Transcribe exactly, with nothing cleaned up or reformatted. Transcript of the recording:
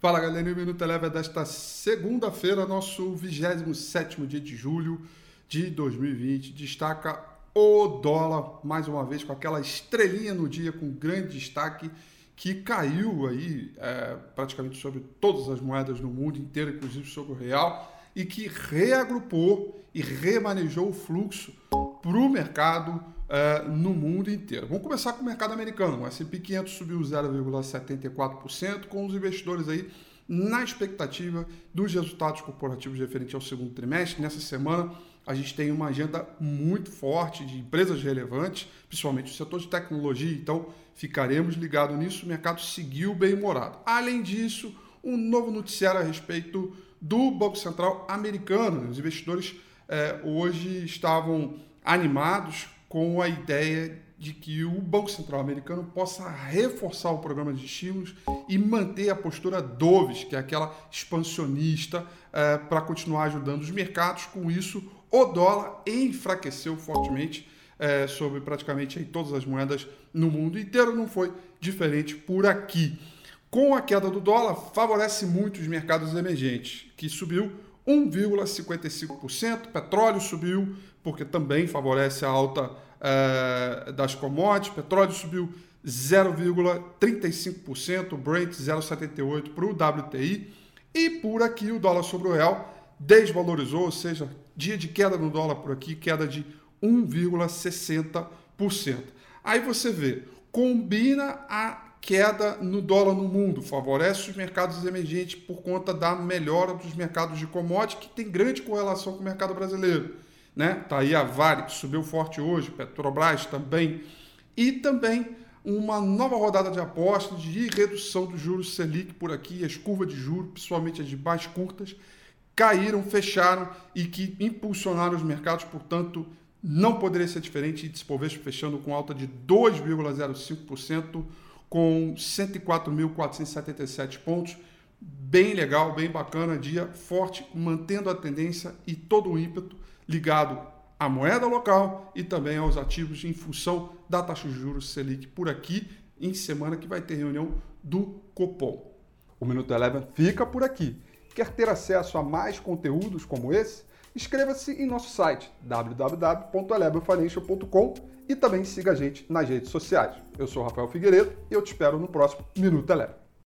Fala galera, o Minuto Eleva desta segunda-feira, nosso vigésimo sétimo dia de julho de dois mil e vinte. Destaca o dólar, mais uma vez, com aquela estrelinha no dia, com grande destaque, que caiu aí é, praticamente sobre todas as moedas no mundo inteiro, inclusive sobre o real, e que reagrupou e remanejou o fluxo para o mercado é, no mundo inteiro. Vamos começar com o mercado americano. O S e P quinhentos subiu zero vírgula setenta e quatro por cento, com os investidores aí na expectativa dos resultados corporativos referentes ao segundo trimestre. Nessa semana, a gente tem uma agenda muito forte de empresas relevantes, principalmente o setor de tecnologia, então ficaremos ligados nisso. O mercado seguiu bem-humorado. Além disso, um novo noticiário a respeito do Banco Central americano. Os investidores eh, hoje estavam animados com a ideia de que o Banco Central americano possa reforçar o programa de estímulos e manter a postura dovish, que é aquela expansionista, eh, para continuar ajudando os mercados. Com isso, o dólar enfraqueceu fortemente eh, sobre praticamente aí todas as moedas no mundo inteiro. Não foi diferente por aqui. Com a queda do dólar, favorece muito os mercados emergentes, que subiu um vírgula cinquenta e cinco por cento. Petróleo subiu, porque também favorece a alta uh, das commodities. Petróleo subiu zero vírgula trinta e cinco por cento, Brent zero vírgula setenta e oito por cento para o W T I. E por aqui o dólar sobre o real desvalorizou, ou seja, dia de queda no dólar por aqui, queda de um vírgula sessenta por cento. Aí você vê, combina a queda no dólar no mundo, favorece os mercados emergentes por conta da melhora dos mercados de commodities, que tem grande correlação com o mercado brasileiro, né? Tá aí a Vale, que subiu forte hoje, Petrobras também, e também uma nova rodada de apostas de redução dos juros Selic por aqui. As curvas de juros, principalmente as de mais curtas, caíram, fecharam e que impulsionaram os mercados, portanto, não poderia ser diferente. E Bovespa fechando com alta de dois vírgula zero cinco por cento, com cento e quatro mil quatrocentos e setenta e sete pontos. Bem legal, bem bacana, dia forte, mantendo a tendência e todo o ímpeto ligado à moeda local e também aos ativos em função da taxa de juros Selic por aqui, em semana que vai ter reunião do Copom. O Minuto Eleven fica por aqui. Quer ter acesso a mais conteúdos como esse? Inscreva-se em nosso site w w w ponto eleven financial ponto com e também siga a gente nas redes sociais. Eu sou Rafael Figueiredo e eu te espero no próximo Minuto Eleven.